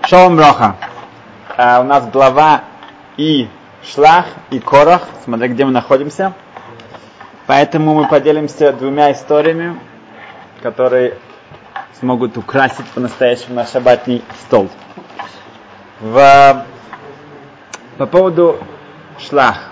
Шалом Броха. У нас глава и Шлах, и Корах. Смотри, где мы находимся. Поэтому мы поделимся двумя историями, которые смогут украсить по-настоящему наш шаббатный стол. По поводу Шлах.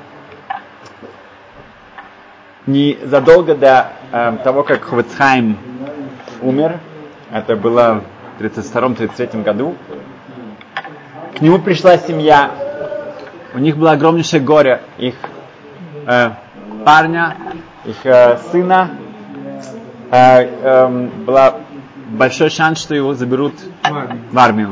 Незадолго до того, как Хавец Хаим умер, это было в 1932-1933 году, к нему пришла семья, у них было огромнейшее горе, их парня, их сына, был большой шанс, что его заберут в армию.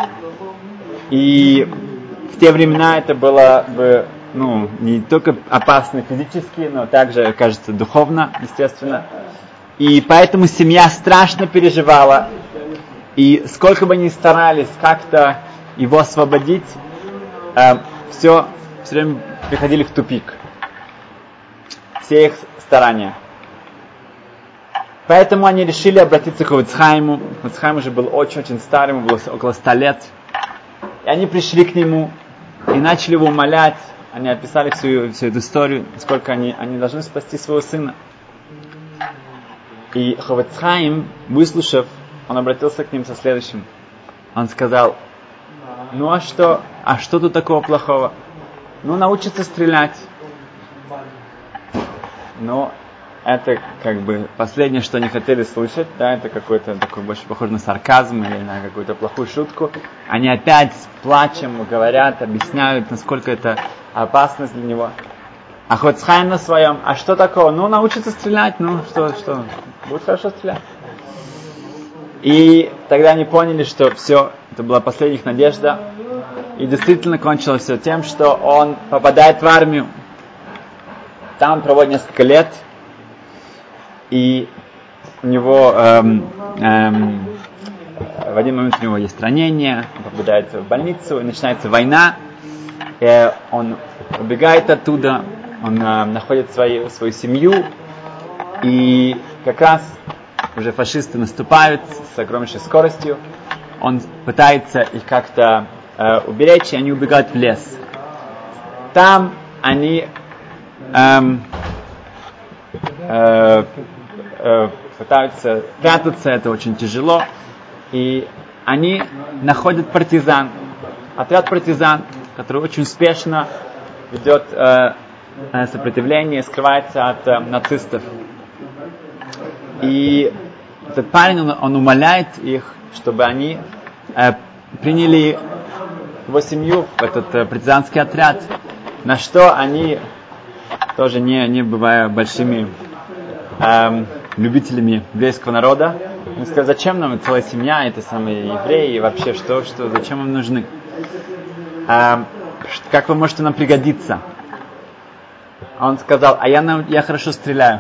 И в те времена это было бы, не только опасно физически, но также, кажется, духовно, естественно. И поэтому семья страшно переживала. И сколько бы они старались как-то его освободить, все время приходили в тупик. Все их старания. Поэтому они решили обратиться к Хавец Хаиму. Хавец Хаим уже был очень-очень старым, ему было около 100 лет. И они пришли к нему и начали его умолять. Они описали всю эту историю, сколько они должны спасти своего сына. И Хавец Хаим, выслушав, он обратился к ним со следующим. Он сказал: а что тут такого плохого? Научиться стрелять. Это как бы последнее, что они хотели слышать, это какой-то такой больше похож на сарказм или на какую-то плохую шутку. Они опять с плачем говорят, объясняют, насколько это опасность для него. А Хавец Хаим на своем: а что такого? Научиться стрелять, что? Будет хорошо стрелять. И тогда они поняли, что все, это была последняя их надежда. И действительно кончилось все тем, что он попадает в армию. Там он проводит несколько лет. И у него в один момент у него есть ранение, он попадает в больницу, и начинается война. И он убегает оттуда, он находит свою семью. И как раз уже фашисты наступают с огромнейшей скоростью. Он пытается их как-то уберечь, и они убегают в лес. Там они пытаются прятаться, это очень тяжело. И они находят партизан, отряд партизан, который очень успешно ведет сопротивление, скрывается от нацистов. И этот парень, он умоляет их, чтобы они приняли его семью в этот партизанский отряд, на что они, тоже не бывая большими любителями еврейского народа, они сказали: зачем нам целая семья, это самые евреи, и вообще что зачем вам нужны? Как вы можете нам пригодиться? Он сказал: я хорошо стреляю.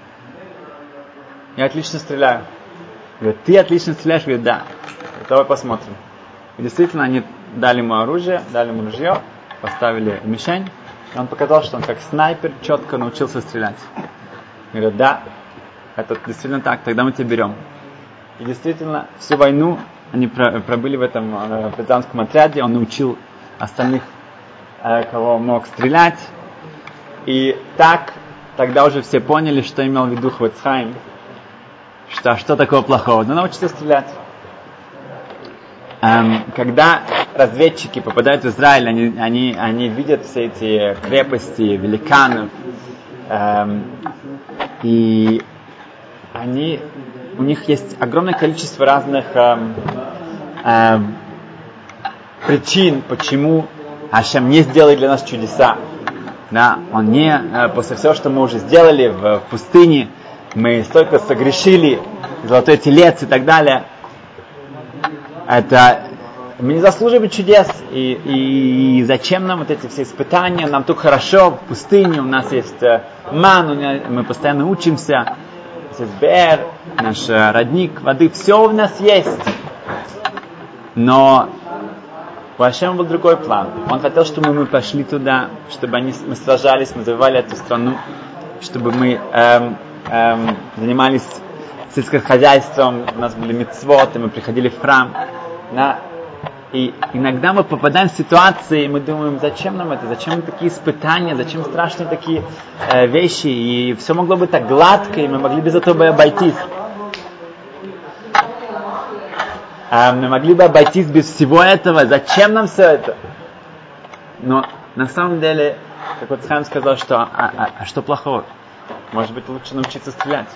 Я отлично стреляю. Говорит: ты отлично стреляешь? Говорит: да. Давай посмотрим. И действительно, они дали ему оружие, дали ему ружье, поставили мишень, и он показал, что он как снайпер четко научился стрелять. Говорит: да, это действительно так, тогда мы тебя берем. И действительно, всю войну они пробыли в этом партизанском отряде, он научил остальных, кого мог стрелять. И так, тогда уже все поняли, что имел в виду Хавец Хаим, что такого плохого? Научиться стрелять. Когда разведчики попадают в Израиль, они видят все эти крепости, великанов, и у них есть огромное количество разных причин, почему Ашем не сделает для нас чудеса. Да, он после всего, что мы уже сделали в пустыне, мы столько согрешили, золотой телец и так далее. Мы не заслуживаем чудес. И зачем нам вот эти все испытания? Нам тут хорошо, в пустыне, у нас есть ман, мы постоянно учимся, есть БР, наш родник воды, все у нас есть. Но у Ашема был другой план. Он хотел, чтобы мы пошли туда, чтобы мы сражались, мы завоевали эту страну, чтобы мы занимались сельскохозяйством, у нас были мицвот, и мы приходили в храм. И иногда мы попадаем в ситуации, и мы думаем, зачем нам это, зачем такие испытания, зачем страшные такие вещи, и все могло быть так гладко, и мы могли без этого бы обойтись. Мы могли бы обойтись без всего этого, зачем нам все это? Но на самом деле, как вот Хайм сказал, что что плохого? Может быть, лучше научиться стрелять.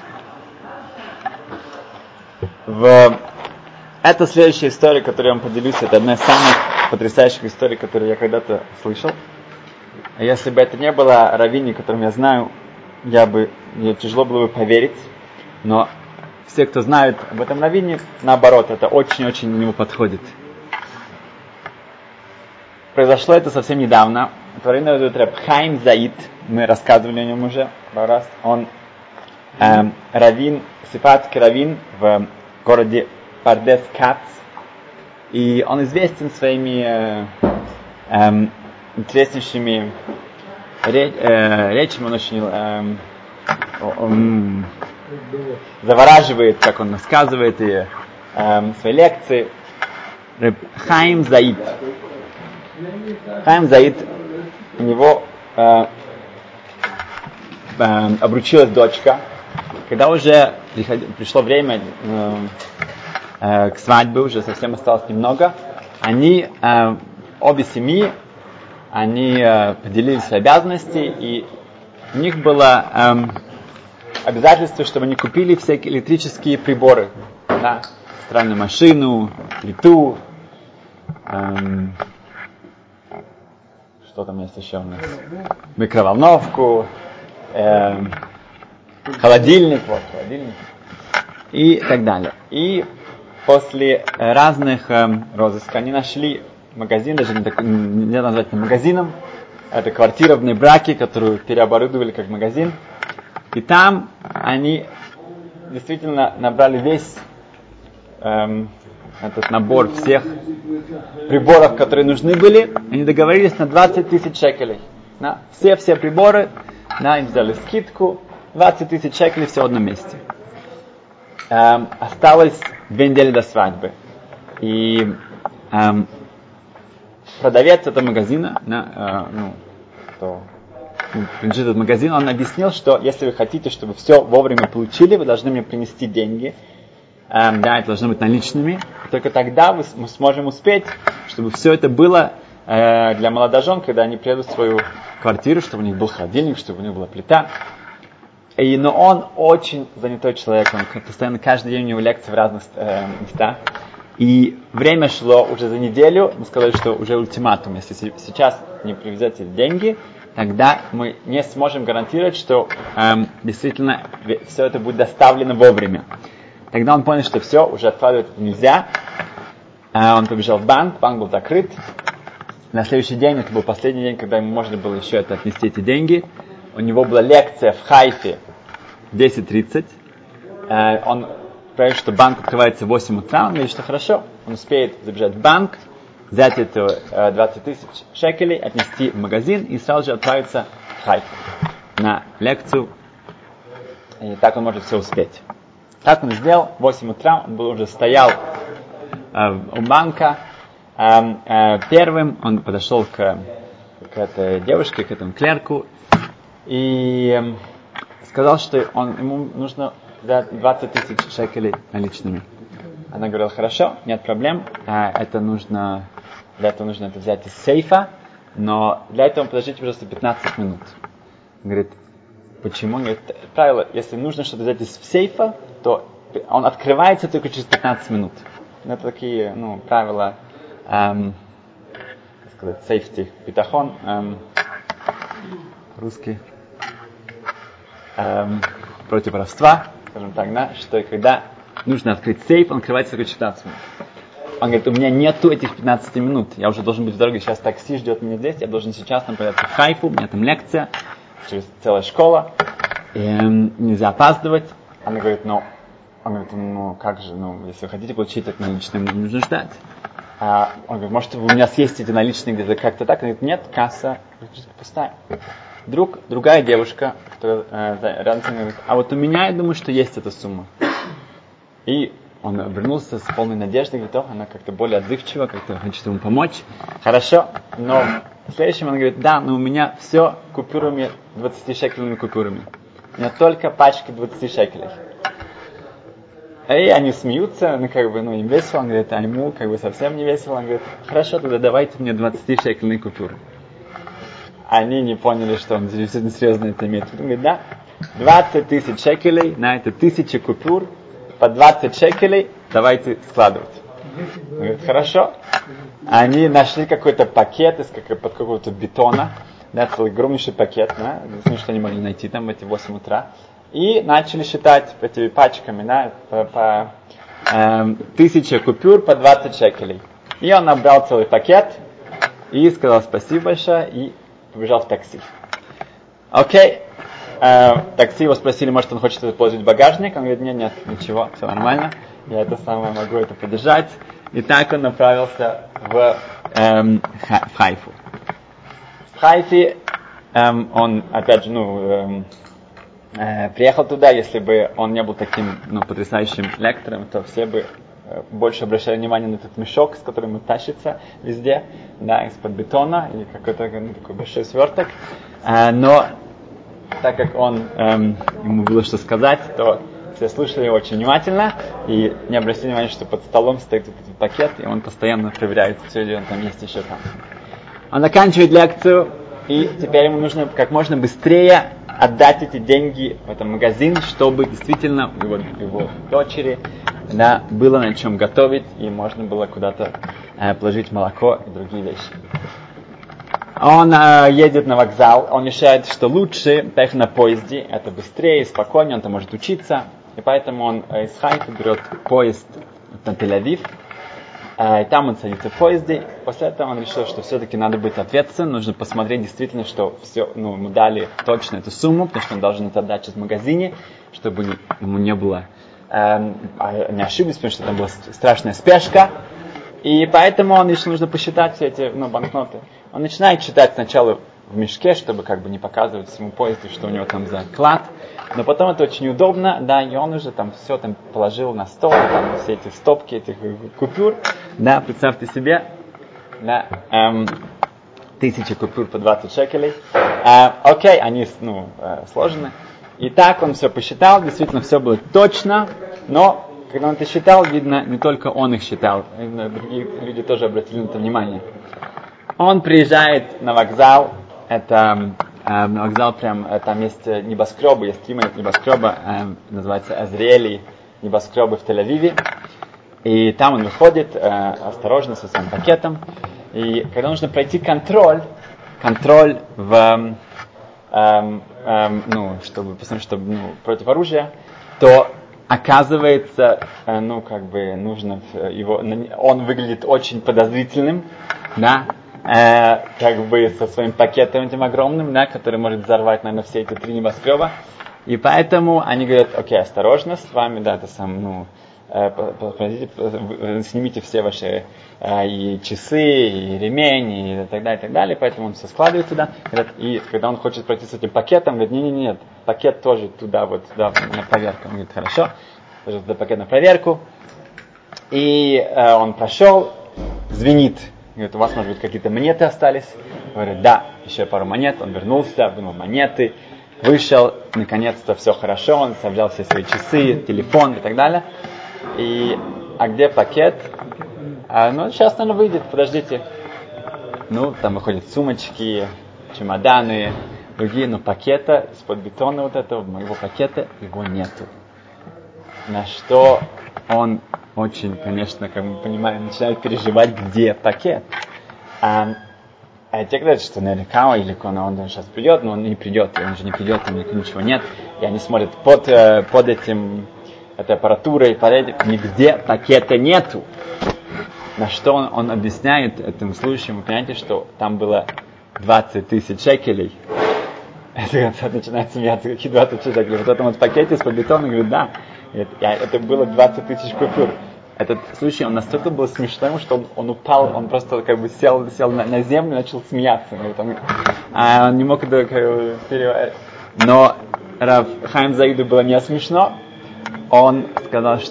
Это следующая история, которую я вам поделюсь. Это одна из самых потрясающих историй, которые я когда-то слышал. Если бы это не было раввине, которым я знаю, мне тяжело было бы поверить. Но все, кто знают об этом раввине, наоборот, это очень-очень к нему подходит. Произошло это совсем недавно. Это раввин Реб Хаим Заид. Мы рассказывали о нем уже пару раз. Он раввин, сефардский раввин в городе Пардес Кац, и он известен своими интереснейшими речами, он очень завораживает, как он рассказывает, и свои лекции. Хаим Заид. Хаим Заид, у него обручилась дочка. Когда уже пришло время к свадьбе, уже совсем осталось немного, они, обе семьи, они поделили свои обязанности, и у них было обязательство, чтобы они купили всякие электрические приборы, да, стиральную машину, плиту, что там есть еще у нас, микроволновку, холодильник, и так далее. И после разных розысков они нашли магазин, даже нельзя назвать это магазином, это квартира в Небраке, которую переоборудовали как магазин. И там они действительно набрали весь этот набор всех приборов, которые нужны были. Они договорились на 20 тысяч шекелей. На все приборы, им взяли скидку, 20 тысяч шекелей все в одном месте. Осталось 2 недели до свадьбы. И продавец этого магазина, кто принадлежит этот магазин, он объяснил, что если вы хотите, чтобы все вовремя получили, вы должны мне принести деньги. Это должно быть наличными. Только тогда мы сможем успеть, чтобы все это было для молодожен, когда они приедут в свою квартиру, чтобы у них был холодильник, чтобы у них была плита. Но он очень занятой человек, он постоянно каждый день у него лекции в разных местах. И время шло уже за неделю, мы сказали, что уже ультиматум, если сейчас не привезете деньги, тогда мы не сможем гарантировать, что действительно все это будет доставлено вовремя. Тогда он понял, что все, уже откладывать это нельзя. Он побежал в банк был закрыт. На следующий день, это был последний день, когда ему можно было еще отнести эти деньги. У него была лекция в Хайфе в 10:30. Он говорит, что банк открывается в 8 утра. Он говорит, что хорошо, он успеет забежать в банк, взять эту 20 тысяч шекелей, отнести в магазин и сразу же отправиться в Хайфу на лекцию. И так он может все успеть. Так он сделал. В 8 утра он уже стоял у банка. Первым он подошел к этой девушке, к этому клерку, и сказал, что ему нужно взять 20 тысяч шекелей наличными. Она говорила, хорошо, нет проблем, для этого нужно это взять из сейфа, но для этого подождите, пожалуйста, 15 минут. Он говорит, почему? Он говорит, правило, если нужно что-то взять из сейфа, то он открывается только через 15 минут. Это такие, правила, как сказать, safety, битахон, русский, против воровства, скажем так, да, что когда нужно открыть сейф, он открывается только через 15 минут. Он говорит, у меня нету этих 15 минут, я уже должен быть в дороге, сейчас такси ждет меня здесь, я должен сейчас направиться в Хайфу, у меня там лекция, через целая школа, нельзя опаздывать. Она говорит, как же, если вы хотите получить это наличные, нужно ждать. Он говорит, может, у меня съесть эти наличные где-то как-то так? Он говорит, нет, касса пустая. Другая девушка, которая рядом с ним, говорит, а вот у меня, я думаю, что есть эта сумма. И Он вернулся с полной надеждой, говорит, она как-то более отзывчива, как-то хочет ему помочь. Хорошо, но в следующем он говорит, да, но у меня все купюрами, 20-шекельными купюрами. У меня только пачки 20 шекелей. И они смеются, им весело, он говорит, а ему совсем не весело. Он говорит, хорошо, тогда давайте мне 20-шекельные купюры. Они не поняли, что он действительно серьезно это имеет. Он говорит, да, 20 тысяч шекелей, на это 1000 купюр, по 20 шекелей давайте складывать. Он говорит, хорошо. Они нашли какой-то пакет под какого-то бетона, да, целый огромнейший пакет, да, что они могли найти там в эти 8 утра, и начали считать этими пачками, да, по 1000 купюр по 20 шекелей. И он набрал целый пакет и сказал спасибо большое и побежал в такси. Окей. Такси его спросили, может он хочет положить в багажник. Он говорит, нет, ничего, все нормально. Я это самое могу это подержать. И так он направился в Хайфу. В Хайфе он, опять же, приехал туда. Если бы он не был таким потрясающим лектором, то все бы больше обращали внимание на этот мешок, с которым он тащится везде, да, из-под бетона, и какой-то такой большой сверток. Но так как ему было что сказать, то все слушали его очень внимательно и не обратили внимания, что под столом стоит этот пакет, и он постоянно проверяет, все ли он там есть еще там. Он заканчивает лекцию, и теперь ему нужно как можно быстрее отдать эти деньги в этот магазин, чтобы действительно его дочери, да, было на чем готовить, и можно было куда-то положить молоко и другие вещи. Он едет на вокзал, он решает, что лучше поехать на поезде, это быстрее, спокойнее, он там может учиться, и поэтому он из Хайфы берет поезд на Тель-Авив, и там он садится в поезде. После этого он решил, что все-таки надо быть ответственным, нужно посмотреть действительно, что все, ему дали точно эту сумму, потому что он должен это отдать сейчас в магазине, чтобы ему не было, не ошиблись, потому что там была страшная спешка. И поэтому он решил, нужно посчитать все эти банкноты. Он начинает читать сначала в мешке, чтобы не показывать всему поезду, что у него там за клад. Но потом это очень удобно, да, и он уже там все там положил на стол, там все эти стопки этих купюр, да, представьте себе, да, 1000 купюр по 20 шекелей. Окей, они сложены. И так он все посчитал, действительно все было точно, но когда он это считал, видно, не только он их считал, другие люди тоже обратили на это внимание. Он приезжает на вокзал, это на вокзал там есть небоскребы, есть 3 небоскреба, называется Азриэли, небоскребы в Тель-Авиве. И там он выходит осторожно со своим пакетом. И когда нужно пройти контроль чтобы посмотреть, чтобы против оружия, то оказывается, нужно его, он выглядит очень подозрительным, да, со своим пакетом этим огромным, да, который может взорвать, наверное, все эти 3 небоскреба. И поэтому они говорят, окей, осторожно с вами, да, снимите все ваши и часы, и ремень, и так далее, поэтому он все складывает туда. И когда он хочет пройти с этим пакетом, говорит, нет, пакет тоже туда, на проверку. Он говорит, хорошо, пожалуйста, пакет на проверку. И он прошел, звенит. Говорит, у вас, может быть, какие-то монеты остались? Говорит, да, еще пару монет. Он вернулся, вынул монеты, вышел, наконец-то все хорошо, он собрал все свои часы, телефон и так далее. А где пакет? Сейчас, наверное, выйдет, подождите. Там выходят сумочки, чемоданы, другие, но пакета из-под бетона моего пакета, его нету. На что он очень, конечно, как мы понимаем, начинает переживать, где пакет. А те говорят, что наверняка или он сейчас придет, но он не придет, он же не придет, там ничего нет. И они смотрят под этой аппаратурой, нигде пакета нету. На что он объясняет этим слушающим, вы понимаете, что там было 20 тысяч шекелей. Это начинает смеяться, какие 20 тысяч шекелей. Вот в этом пакете из-под бетона, говорит, да, это было 20 тысяч купюр. Этот случай, он настолько был смешным, что он упал, он просто сел на землю и начал смеяться. Он не мог это переварить. Но Рав Хаим Заиду было не смешно. Он сказал, что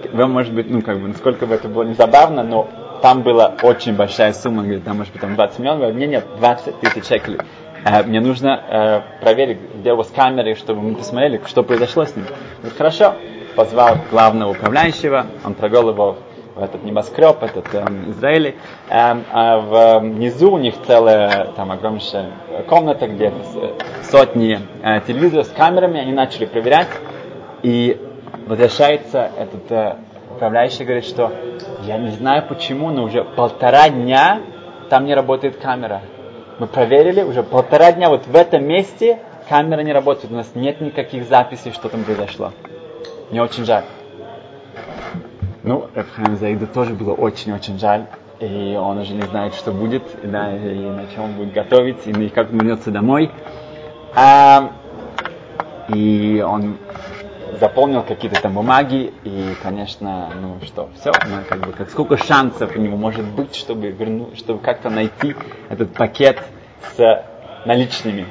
вам может быть, насколько бы это было не забавно, но там была очень большая сумма, он говорит, там может быть 20 миллионов, говорит, мне нет, 20 тысяч шекелей. Мне нужно проверить, где у вас камеры, чтобы мы посмотрели, что произошло с ним. Говорит, хорошо, позвал главного управляющего, он провел его в этот небоскреб, Израиле. Внизу у них целая там огромнейшая комната, где сотни телевизоров с камерами, они начали проверять, и возвращается этот управляющий, говорит, что я не знаю почему, но уже 1,5 дня там не работает камера. Мы проверили, уже 1,5 дня вот в этом месте камера не работает, у нас нет никаких записей, что там произошло. Мне очень жаль. Рав Хаим Заиду тоже было очень-очень жаль, и он уже не знает, что будет, и на чем он будет готовить, и как он вернется домой. И он заполнил какие-то там бумаги, и, конечно, все, сколько шансов у него может быть, чтобы как-то найти этот пакет с наличными.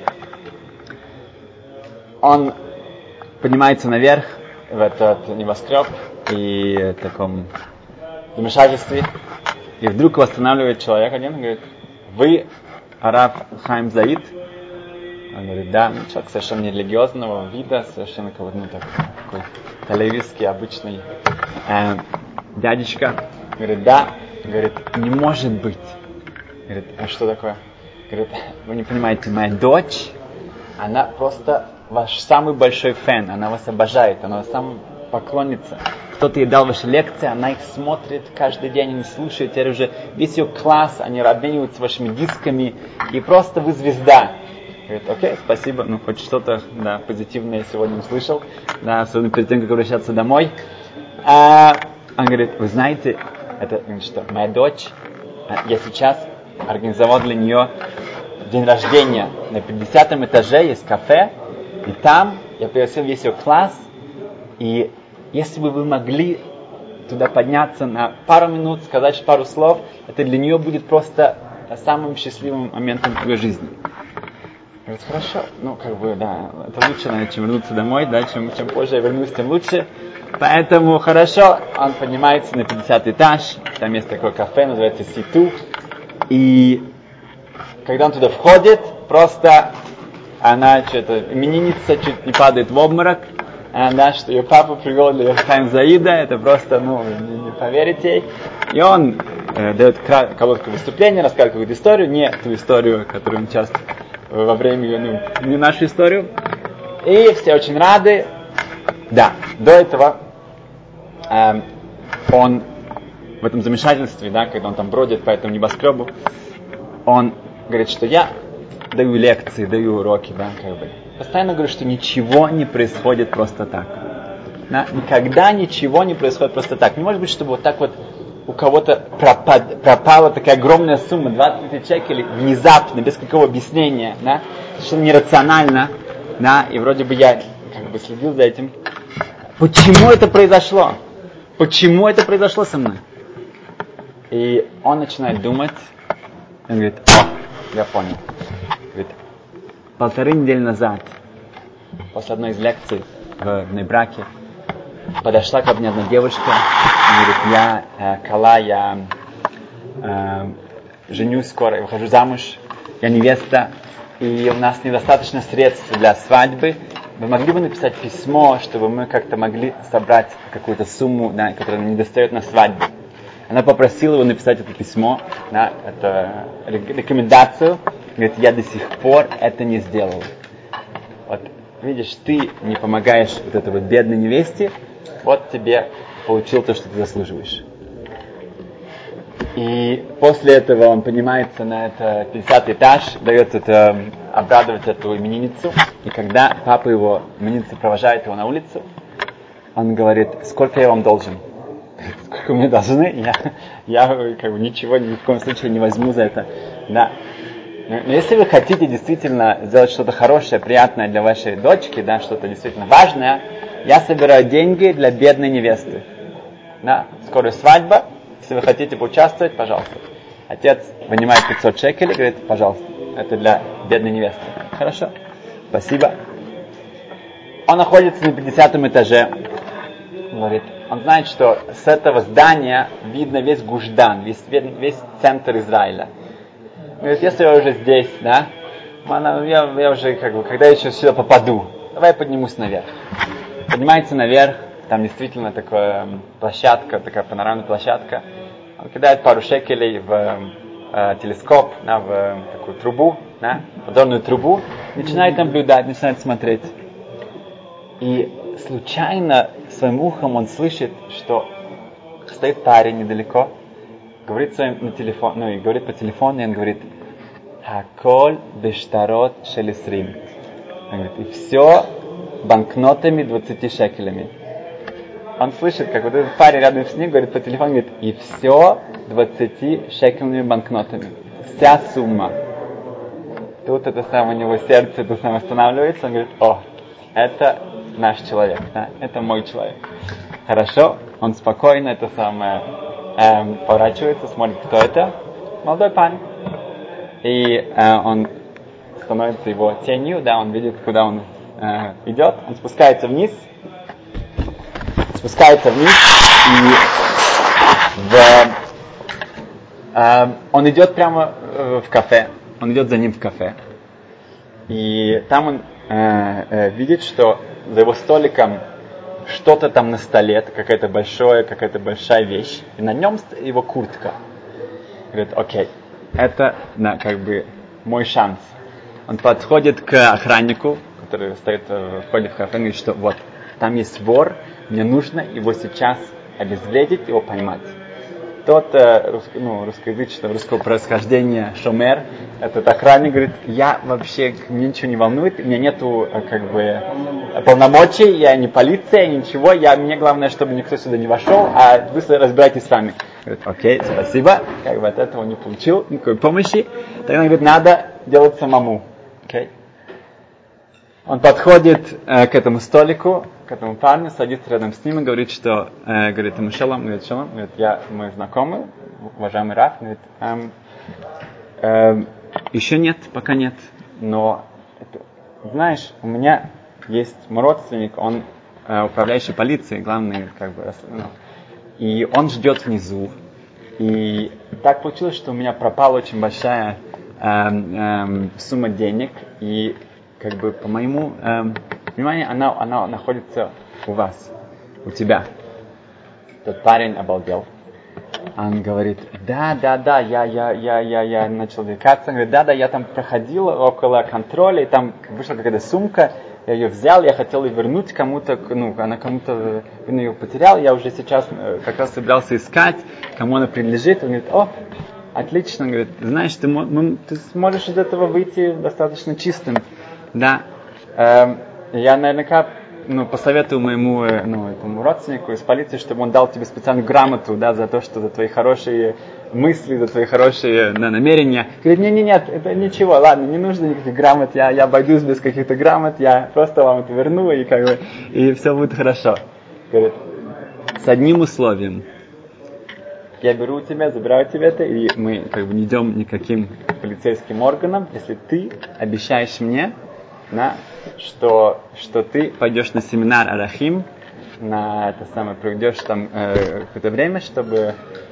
Он поднимается наверх в этот небоскреб и в таком замешательстве, и вдруг его останавливает человек один и говорит, вы Рав Хаим Заид? Он говорит, да, человек совершенно нерелигиозного вида, совершенно такой телевизский обычный дядечка. Говорит, да. Говорит, не может быть. Говорит, а что такое? Говорит, вы не понимаете, моя дочь, она просто ваш самый большой фэн, она вас обожает, она вас самая поклонница. Кто-то ей дал ваши лекции, она их смотрит каждый день, они слушают, теперь уже весь ее класс, они обмениваются вашими дисками, и просто вы звезда. Говорит, окей, спасибо, хоть что-то, позитивное я сегодня услышал, особенно перед тем, как возвращаться домой. Он говорит, вы знаете, моя дочь, я сейчас организовал для нее день рождения. На 50-м этаже есть кафе, и там я пригласил весь ее класс, и если бы вы могли туда подняться на пару минут, сказать пару слов, это для нее будет просто самым счастливым моментом в ее жизни. Говорит, хорошо, это лучше, наверное, чем вернуться домой, чем позже я вернусь, тем лучше. Поэтому хорошо, он поднимается на 50 этаж, там есть такое кафе, называется Ситу, и когда он туда входит, просто она именинница чуть не падает в обморок, что ее папа привел для Хаим Заида, это просто, не поверите. И он дает короткое выступление, рассказывает какую-то историю, не ту историю, которую он часто во время ее, не нашу историю. И все очень рады. Да, до этого он в этом замешательстве, когда он там бродит по этому небоскребу, он говорит, что я даю лекции, даю уроки, постоянно говорю, что ничего не происходит просто так. Никогда ничего не происходит просто так. Не может быть, чтобы вот так вот у кого-то пропала такая огромная сумма, 20 тысяч шекелей, внезапно, без какого объяснения, совершенно нерационально, и вроде бы я следил за этим. Почему это произошло? Почему это произошло со мной? И он начинает думать, он говорит, я понял. Говорит, 1,5 недели назад, после одной из лекций в Нейбраке, подошла ко мне одна девушка, говорит, я женюсь скоро, я выхожу замуж, я невеста, и у нас недостаточно средств для свадьбы. Вы могли бы написать письмо, чтобы мы как-то могли собрать какую-то сумму, которая не достает на свадьбу? Она попросила его написать это письмо, это рекомендацию. Говорит, я до сих пор это не сделал. Вот, видишь, ты не помогаешь вот этой вот бедной невесте, вот тебе получил то, что ты заслуживаешь. И после этого он поднимается на это 50 этаж, дает обрадовать эту именинницу. И когда папа его, именинница, провожает его на улицу, он говорит, сколько я вам должен? Сколько мне должны? Я ничего ни в коем случае не возьму за это. Да. Но если вы хотите действительно сделать что-то хорошее, приятное для вашей дочки, что-то действительно важное, я собираю деньги для бедной невесты. Скоро свадьба. Если вы хотите поучаствовать, пожалуйста. Отец вынимает 500 шекелей и говорит, пожалуйста, это для бедной невесты. Хорошо, спасибо. Он находится на 50 этаже. говорит, он знает, что с этого здания видно весь Гушдан, весь центр Израиля. Говорит, если я уже здесь, да, я уже когда я еще сюда попаду, давай я поднимусь наверх. Поднимается наверх, там действительно такая площадка, такая панорамная площадка. Он кидает пару шекелей в телескоп, да, в такую трубу, да, подзорную трубу, начинает наблюдать, начинает смотреть. И случайно своим ухом он слышит, что стоит парень недалеко, говорит своим на телефон, и говорит по телефону, и он говорит: «Хаколь бештарот шелесрим». Он говорит, и все банкнотами 20 шекелями. Он слышит, как вот этот парень рядом с ним говорит по телефону, говорит, и все 20 шекельными банкнотами. Вся сумма. Тут это самое, у него сердце это самое останавливается, он говорит: о, это наш человек, да? Это мой человек. Хорошо, он спокойно это самое поворачивается, смотрит, кто это. Молодой парень. И он становится его тенью, да, он видит, куда он идет, он спускается вниз, и он идет прямо в кафе, он идет за ним в кафе, и там он видит, что за его столиком что-то там на столе, это какая-то большая вещь, и на нем его куртка. Говорит, окей, это мой шанс. Он подходит к охраннику, который стоит в входе в кафе, и говорит, что вот, там есть вор, мне нужно его сейчас обезвредить, его поймать. Тот русскоязычного, русского происхождения шомер, этот охранник говорит, мне ничего не волнует, у меня нету полномочий, я не полиция, ничего, мне главное, чтобы никто сюда не вошел, а вы разбирайтесь сами. Говорит, окей, спасибо, от этого не получил никакой помощи. Тогда он говорит, надо делать самому. Okay. Он подходит к этому столику, к этому парню, садится рядом с ним и говорит, что, ему шалом, говорит, мы знакомы, уважаемый Рав, говорит, еще нет, пока нет, но, знаешь, у меня есть мой родственник, он управляющий полицией, главный, и он ждет внизу, и так получилось, что у меня пропала очень большая сумма денег, и по моему вниманию она находится у вас, у тебя. Тот парень обалдел. Он говорит, да, я начал заикаться. Он говорит, да, я там проходил около контроля, и там вышла какая-то сумка, я ее взял, я хотел ее вернуть кому-то, она кому-то, он ее потерял, я уже сейчас как раз собирался искать, кому она принадлежит. Он говорит, о, отлично, он говорит, знаешь, ты сможешь из этого выйти достаточно чистым. Да, я наверняка посоветую моему этому родственнику из полиции, чтобы он дал тебе специальную грамоту, да, за то, что за твои хорошие мысли, за твои хорошие намерения. Говорит, нет, это ничего, ладно, не нужно никаких грамот, я обойдусь без каких-то грамот, я просто вам это верну, и все будет хорошо. Говорит, с одним условием. Я беру у тебя, забираю тебе это, и мы не идем никаким полицейским органам, если ты обещаешь мне, что ты пойдешь на семинар Арахим, проведешь там какое-то время, чтобы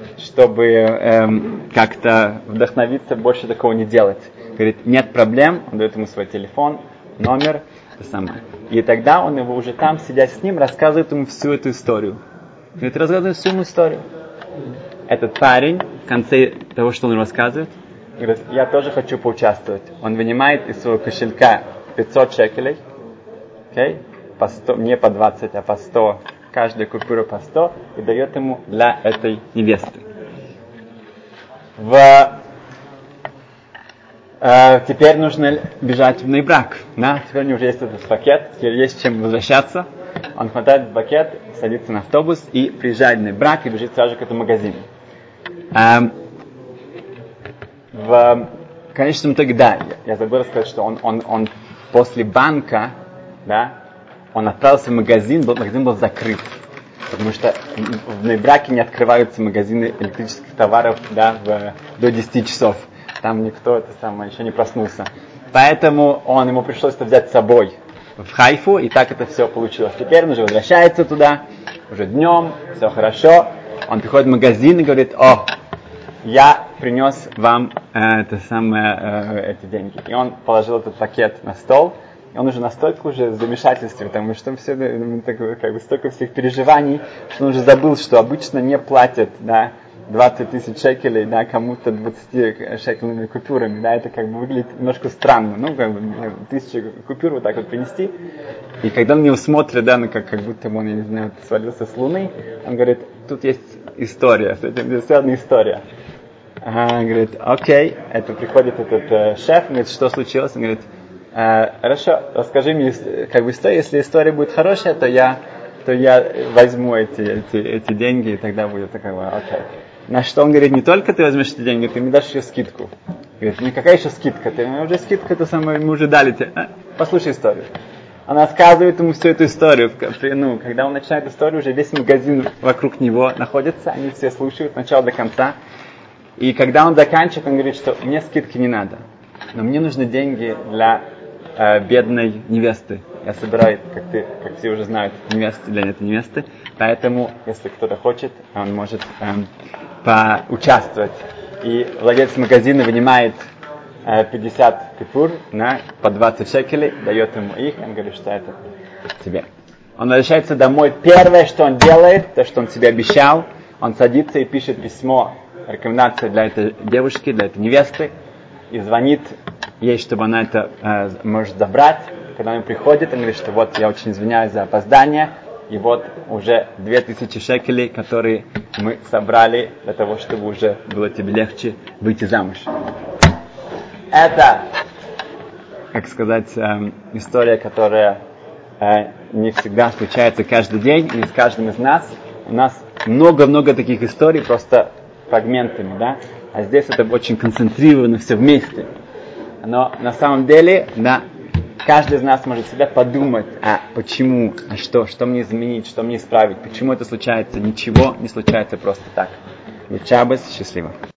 как-то вдохновиться, больше такого не делать. Говорит, нет проблем, он дает ему свой телефон, номер, И тогда он его уже там, сидя с ним, рассказывает ему всю эту историю. Говорит, рассказывает всю историю. Этот парень, в конце того, что он рассказывает, говорит, я тоже хочу поучаствовать. Он вынимает из своего кошелька 500 шекелей, okay? По 100, не по 20, а по 100, каждая купюра по 100, и дает ему для этой невесты. Теперь нужно бежать в брак. Теперь у него уже есть этот пакет, теперь есть чем возвращаться. Он хватает пакет, садится на автобус и приезжает в брак и бежит сразу же к этому магазину. В конечном итоге, да, я забыл рассказать, что он после банка, да, он отправился в магазин был закрыт, потому что в Нейбраке не открываются магазины электрических товаров, да, до 10 часов. Там никто еще не проснулся. Поэтому ему пришлось это взять с собой в Хайфу, и так это все получилось. Теперь он уже возвращается туда, уже днем, все хорошо. Он приходит в магазин и говорит: о, я принес вам эти деньги. И он положил этот пакет на стол. И он уже настолько уже в замешательстве, потому что все, как бы столько всех переживаний, что он уже забыл, что обычно не платят, да, 20 тысяч шекелей, да, кому-то 20 шекельными купюрами, да, это как бы выглядит немножко странно, ну, как бы 1000 купюр вот так вот принести. И когда на него смотрят, да, ну, как будто он, я не знаю, свалился с луны, он говорит: тут есть история, с этим связана история. Он говорит: окей, это приходит этот шеф, говорит: что случилось? Он говорит: хорошо, расскажи мне как бы историю, если история будет хорошая, то я возьму эти деньги, и тогда будет такая: окей. На что он говорит: не только ты возьмешь эти деньги, ты мне дашь еще скидку. Говорит: ну какая еще скидка? Ты уже скидка, это самое, мы уже дали тебе. Послушай историю. Он рассказывает ему всю эту историю. Ну, когда он начинает историю, уже весь магазин вокруг него находится, они все слушают от начала до конца. И когда он заканчивает, он говорит, что мне скидки не надо, но мне нужны деньги для бедной невесты. Я собираю, как все уже знают, невесты для этой невесты. Поэтому, если кто-то хочет, он может поучаствовать. И владелец магазина вынимает 50 купюр по 20 шекелей, дает ему их, он говорит, что это тебе. Он возвращается домой. Первое, что он делает, то, что он себе обещал, он садится и пишет письмо, рекомендации для этой девушки, для этой невесты, и звонит ей, чтобы она это может забрать. Когда он приходит, он говорит, что вот я очень извиняюсь за опоздание, и вот уже 2000 шекелей, которые мы собрали для того, чтобы уже было тебе легче выйти замуж. Это, как сказать, история, которая не всегда случается каждый день, и с каждым из нас. У нас много-много таких историй, просто фрагментами, да? А здесь это очень концентрировано все вместе. Но на самом деле, да, каждый из нас может всегда подумать: почему, что мне изменить, что мне исправить, почему это случается. Ничего не случается просто так. Шаббат, счастливо.